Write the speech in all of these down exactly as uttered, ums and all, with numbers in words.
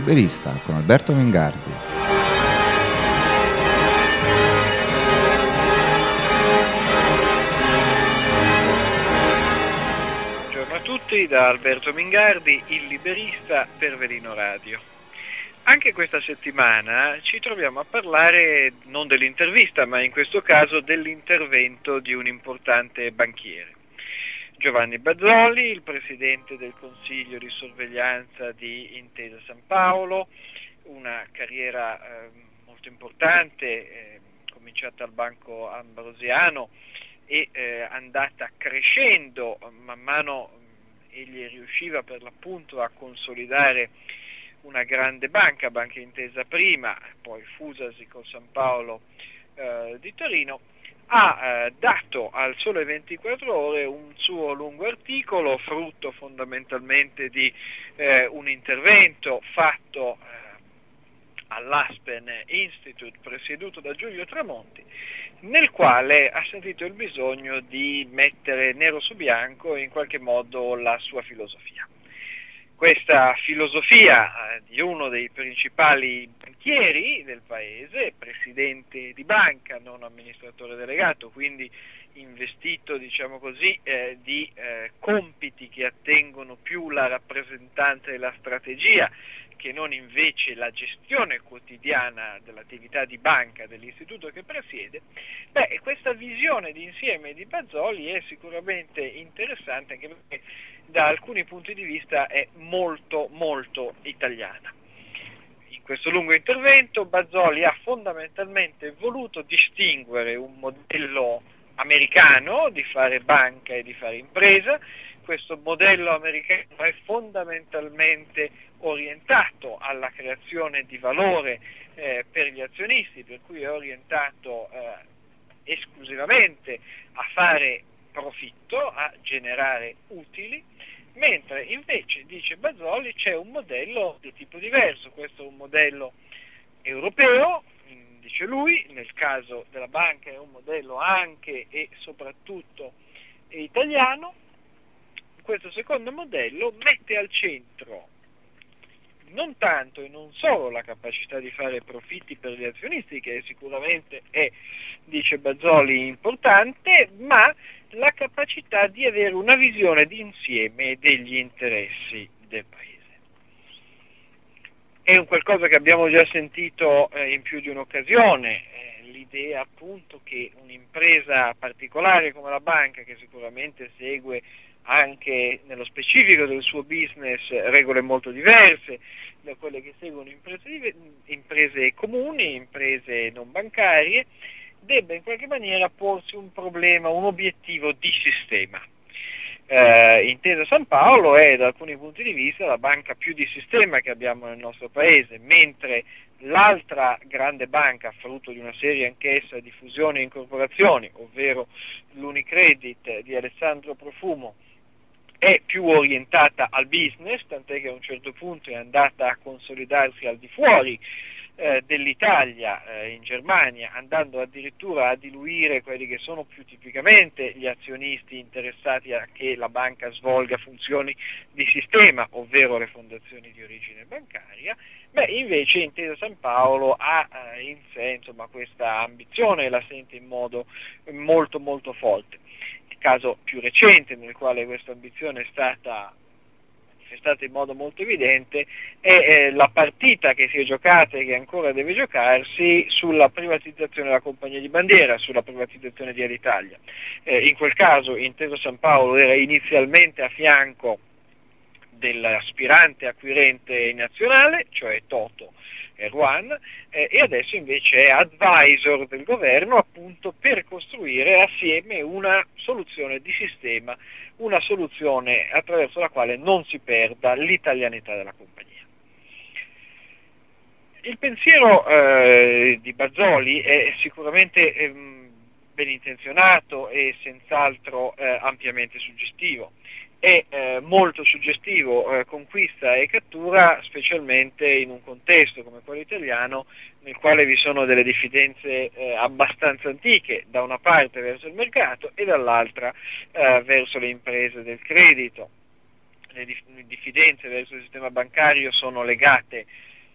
Liberista con Alberto Mingardi. Buongiorno a tutti da Alberto Mingardi, il Liberista per Velino Radio. Anche questa settimana ci troviamo a parlare non dell'intervista, ma in questo caso dell'intervento di un importante banchiere. Giovanni Bazoli, il presidente del Consiglio di sorveglianza di Intesa San Paolo, una carriera eh, molto importante, eh, cominciata al Banco Ambrosiano e eh, andata crescendo man mano eh, egli riusciva per l'appunto a consolidare una grande banca, Banca Intesa prima, poi fusasi con San Paolo eh, di Torino. Ha eh, dato al Sole ventiquattro Ore un suo lungo articolo, frutto fondamentalmente di eh, un intervento fatto eh, all'Aspen Institute presieduto da Giulio Tramonti, nel quale ha sentito il bisogno di mettere nero su bianco in qualche modo la sua filosofia. Questa filosofia eh, di uno dei principali banchieri del paese, presidente di banca, non amministratore delegato, quindi investito, diciamo così, eh, di eh, compiti che attengono più la rappresentanza e la strategia che non invece la gestione quotidiana dell'attività di banca dell'istituto che presiede. Beh, questa visione d'insieme di Bazoli è sicuramente interessante, anche perché da alcuni punti di vista è molto molto italiana. In questo lungo intervento Bazoli ha fondamentalmente voluto distinguere un modello americano di fare banca e di fare impresa. Questo modello americano è fondamentalmente orientato alla creazione di valore eh, per gli azionisti, per cui è orientato eh, esclusivamente a fare profitto, a generare utili, mentre invece, dice Bazoli, c'è un modello di tipo diverso. Questo è un modello europeo, dice lui, nel caso della banca è un modello anche e soprattutto italiano. Questo secondo modello mette al centro non tanto e non solo la capacità di fare profitti per gli azionisti, che sicuramente è, dice Bazoli, importante, ma la capacità di avere una visione d'insieme degli interessi del paese. È un qualcosa che abbiamo già sentito eh, in più di un'occasione, eh, l'idea appunto che un'impresa particolare come la banca, che sicuramente segue anche nello specifico del suo business regole molto diverse da quelle che seguono imprese, imprese comuni, imprese non bancarie, debba in qualche maniera porsi un problema, un obiettivo di sistema. Eh, Intesa San Paolo è da alcuni punti di vista la banca più di sistema che abbiamo nel nostro paese, mentre l'altra grande banca, frutto di una serie anch'essa di fusioni e incorporazioni, ovvero l'Unicredit di Alessandro Profumo, è più orientata al business, tant'è che a un certo punto è andata a consolidarsi al di fuori eh, dell'Italia, eh, in Germania, andando addirittura a diluire quelli che sono più tipicamente gli azionisti interessati a che la banca svolga funzioni di sistema, ovvero le fondazioni di origine bancaria. Beh, invece Intesa San Paolo ha eh, in sé insomma questa ambizione e la sente in modo molto molto forte. Il caso più recente nel quale questa ambizione è stata manifestata in modo molto evidente è eh, la partita che si è giocata e che ancora deve giocarsi sulla privatizzazione della compagnia di bandiera, sulla privatizzazione di Alitalia. Eh, in quel caso Intesa San Paolo era inizialmente a fianco dell'aspirante acquirente nazionale, cioè Toto Erwan, eh, e adesso invece è advisor del governo appunto per costruire assieme una soluzione di sistema, una soluzione attraverso la quale non si perda l'italianità della compagnia. Il pensiero eh, di Bazoli è sicuramente ehm, ben intenzionato e senz'altro eh, ampiamente suggestivo. È eh, molto suggestivo, eh, conquista e cattura, specialmente in un contesto come quello italiano, nel quale vi sono delle diffidenze eh, abbastanza antiche, da una parte verso il mercato e dall'altra eh, verso le imprese del credito. Le diffidenze verso il sistema bancario sono legate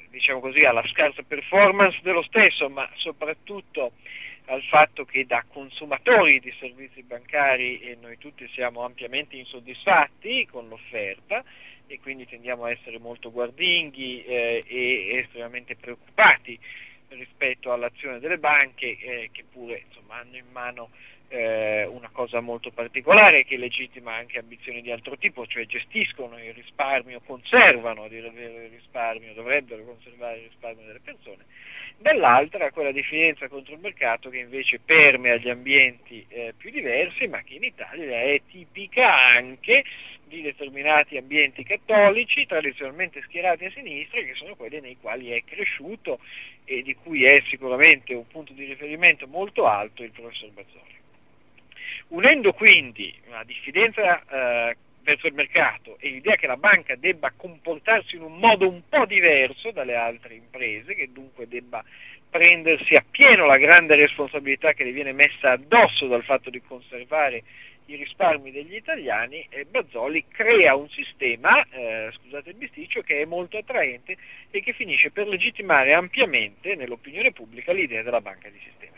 diciamo così, alla scarsa performance dello stesso, ma soprattutto al fatto che da consumatori di servizi bancari e noi tutti siamo ampiamente insoddisfatti con l'offerta e quindi tendiamo a essere molto guardinghi eh, e estremamente preoccupati rispetto all'azione delle banche eh, che pure insomma, hanno in mano eh, una cosa molto particolare che legittima anche ambizioni di altro tipo, cioè gestiscono il risparmio, conservano a dire il vero il risparmio, dovrebbero conservare il risparmio delle persone. Dall'altra quella diffidenza contro il mercato che invece permea gli ambienti eh, più diversi, ma che in Italia è tipica anche di determinati ambienti cattolici tradizionalmente schierati a sinistra, che sono quelli nei quali è cresciuto e di cui è sicuramente un punto di riferimento molto alto il professor Bazoli. Unendo quindi una diffidenza eh, verso il mercato e l'idea che la banca debba comportarsi in un modo un po' diverso dalle altre imprese, che dunque debba prendersi appieno la grande responsabilità che le viene messa addosso dal fatto di conservare i risparmi degli italiani, e Bazoli crea un sistema, eh, scusate il bisticcio, che è molto attraente e che finisce per legittimare ampiamente nell'opinione pubblica l'idea della banca di sistema.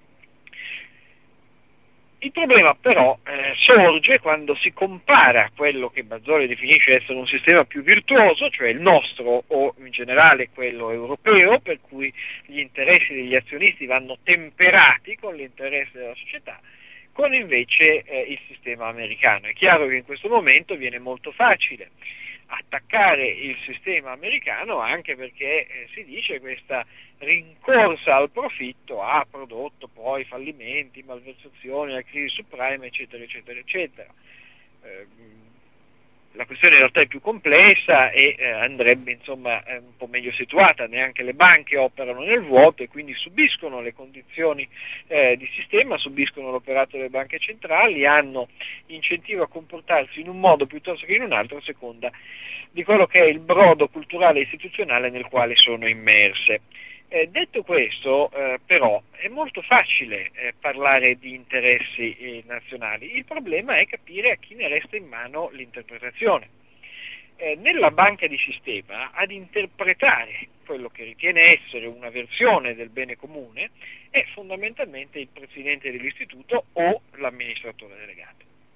Il problema però eh, sorge quando si compara quello che Bazoli definisce essere un sistema più virtuoso, cioè il nostro o in generale quello europeo, per cui gli interessi degli azionisti vanno temperati con l'interesse della società, con invece eh, il sistema americano. È chiaro che in questo momento viene molto facile attaccare il sistema americano, anche perché eh, si dice questa rincorsa al profitto ha prodotto poi fallimenti, malversazioni, la crisi subprime, eccetera, eccetera, eccetera. Eh, la questione in realtà è più complessa e eh, andrebbe insomma eh, un po' meglio situata. Neanche le banche operano nel vuoto e quindi subiscono le condizioni eh, di sistema, subiscono l'operato delle banche centrali, hanno incentivo a comportarsi in un modo piuttosto che in un altro a seconda di quello che è il brodo culturale e istituzionale nel quale sono immerse. Eh, detto questo, eh, però, è molto facile eh, parlare di interessi eh, nazionali. Il problema è capire a chi ne resta in mano l'interpretazione. Eh, nella banca di sistema, ad interpretare quello che ritiene essere una versione del bene comune è fondamentalmente il presidente dell'istituto o l'amministratore delegato.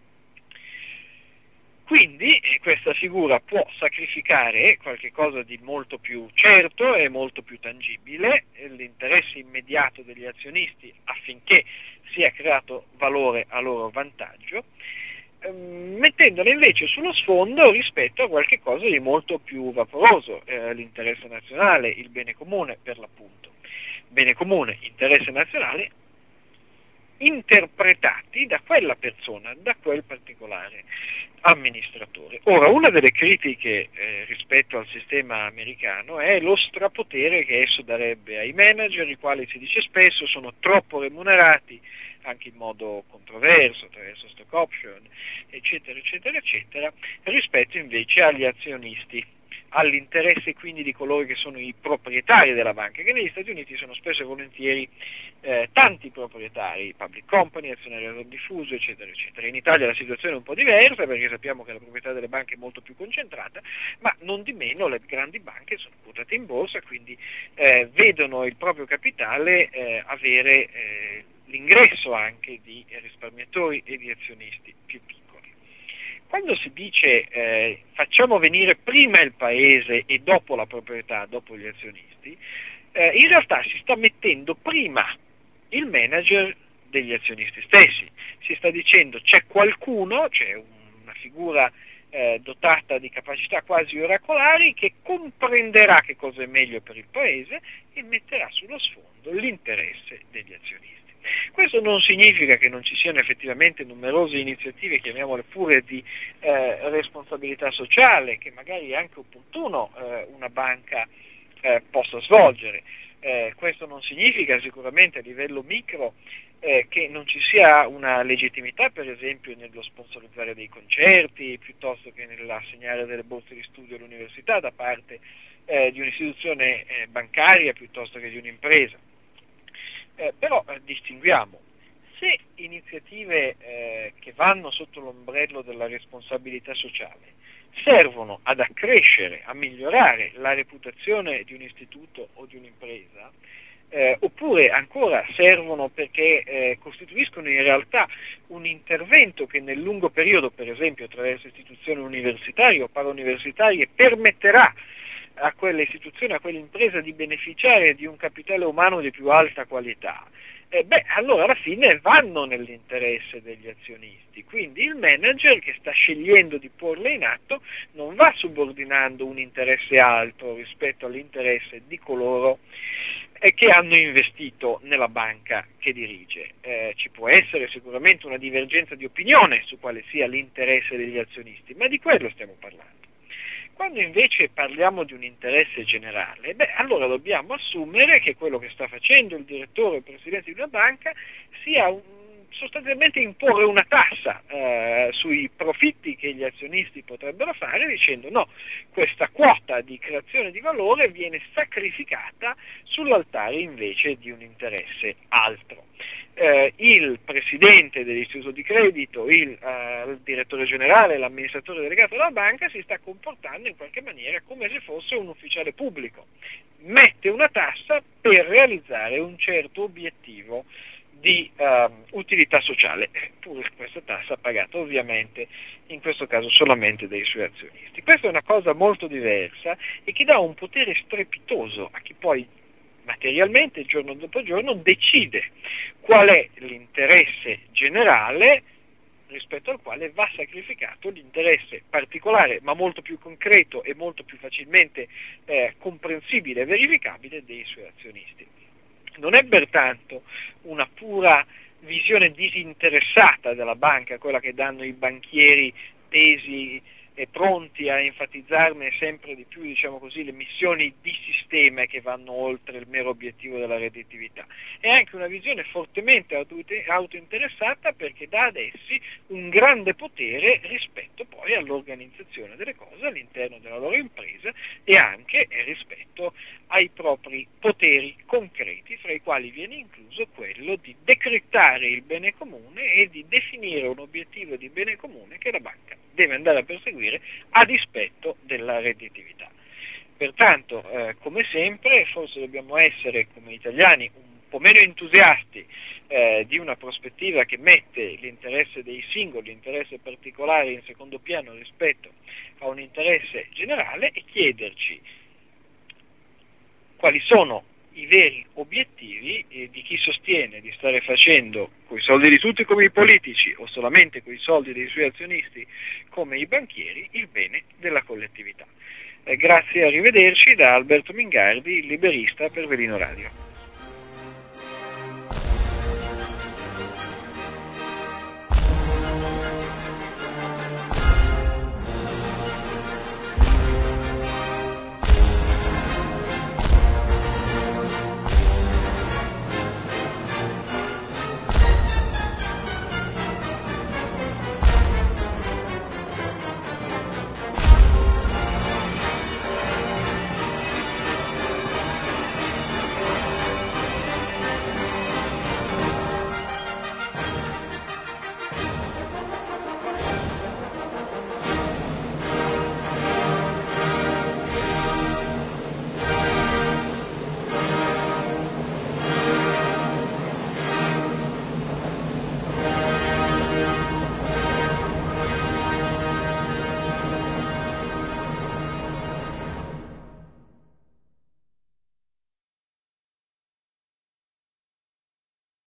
Quindi eh, questa figura può sacrificare qualche cosa di molto più certo e molto più tangibile, eh, l'interesse immediato degli azionisti affinché sia creato valore a loro vantaggio, ehm, mettendole invece sullo sfondo rispetto a qualche cosa di molto più vaporoso, eh, l'interesse nazionale, il bene comune per l'appunto. Bene comune, interesse nazionale, interpretati da quella persona, da quel particolare amministratore. Ora, una delle critiche eh, rispetto al sistema americano è lo strapotere che esso darebbe ai manager, i quali si dice spesso sono troppo remunerati, anche in modo controverso, attraverso stock option, eccetera, eccetera, eccetera, rispetto invece agli azionisti, all'interesse quindi di coloro che sono i proprietari della banca, che negli Stati Uniti sono spesso e volentieri eh, tanti proprietari, public company, azionario diffuso, eccetera, eccetera. In Italia la situazione è un po' diversa perché sappiamo che la proprietà delle banche è molto più concentrata, ma non di meno le grandi banche sono quotate in borsa, quindi eh, vedono il proprio capitale eh, avere eh, l'ingresso anche di risparmiatori e di azionisti più piccoli. Quando si dice eh, facciamo venire prima il paese e dopo la proprietà, dopo gli azionisti, eh, in realtà si sta mettendo prima il manager degli azionisti stessi. Si sta dicendo c'è qualcuno, c'è una figura eh, dotata di capacità quasi oracolari che comprenderà che cosa è meglio per il paese e metterà sullo sfondo l'interesse degli azionisti. Questo non significa che non ci siano effettivamente numerose iniziative, chiamiamole pure di eh, responsabilità sociale, che magari è anche opportuno eh, una banca eh, possa svolgere. Eh, questo non significa sicuramente a livello micro eh, che non ci sia una legittimità, per esempio, nello sponsorizzare dei concerti, piuttosto che nell'assegnare delle borse di studio all'università da parte eh, di un'istituzione eh, bancaria piuttosto che di un'impresa. Eh, però eh, distinguiamo se iniziative eh, che vanno sotto l'ombrello della responsabilità sociale servono ad accrescere, a migliorare la reputazione di un istituto o di un'impresa, eh, oppure ancora servono perché eh, costituiscono in realtà un intervento che nel lungo periodo, per esempio attraverso istituzioni universitarie o parauniversitarie, permetterà a quelle istituzioni, a quell'impresa di beneficiare di un capitale umano di più alta qualità, eh beh, allora alla fine vanno nell'interesse degli azionisti. Quindi il manager che sta scegliendo di porle in atto non va subordinando un interesse alto rispetto all'interesse di coloro eh, che hanno investito nella banca che dirige. Eh, ci può essere sicuramente una divergenza di opinione su quale sia l'interesse degli azionisti, ma di quello stiamo parlando. Quando invece parliamo di un interesse generale, beh, allora dobbiamo assumere che quello che sta facendo il direttore o il presidente di una banca sia un, sostanzialmente imporre una tassa eh, sui profitti che gli azionisti potrebbero fare, dicendo no, questa quota di creazione di valore viene sacrificata sull'altare invece di un interesse altro. Eh, il presidente dell'istituto di credito, il, eh, il direttore generale, l'amministratore delegato della banca si sta comportando in qualche maniera come se fosse un ufficiale pubblico, mette una tassa per realizzare un certo obiettivo di uh, utilità sociale, pur questa tassa pagata ovviamente in questo caso solamente dai suoi azionisti. Questa è una cosa molto diversa e che dà un potere strepitoso a chi poi materialmente giorno dopo giorno decide qual è l'interesse generale rispetto al quale va sacrificato l'interesse particolare ma molto più concreto e molto più facilmente eh, comprensibile e verificabile dei suoi azionisti. Non è pertanto una pura visione disinteressata della banca, quella che danno i banchieri tesi e pronti a enfatizzarne sempre di più, diciamo così, le missioni di sistema che vanno oltre il mero obiettivo della redditività. È anche una visione fortemente autointeressata perché dà ad essi un grande potere rispetto poi all'organizzazione delle cose all'interno della loro impresa e anche rispetto ai propri poteri concreti, fra i quali viene incluso quello di decrittare il bene comune e di definire un obiettivo di bene comune che la banca deve andare a perseguire a dispetto della redditività. Pertanto, eh, come sempre, forse dobbiamo essere come italiani un po' meno entusiasti eh, di una prospettiva che mette l'interesse dei singoli, l'interesse particolare in secondo piano rispetto a un interesse generale e chiederci quali sono i veri obiettivi eh, di chi sostiene di stare facendo coi soldi di tutti come i politici o solamente coi soldi dei suoi azionisti come i banchieri il bene della collettività. Eh, grazie, arrivederci da Alberto Mingardi, liberista per Velino Radio.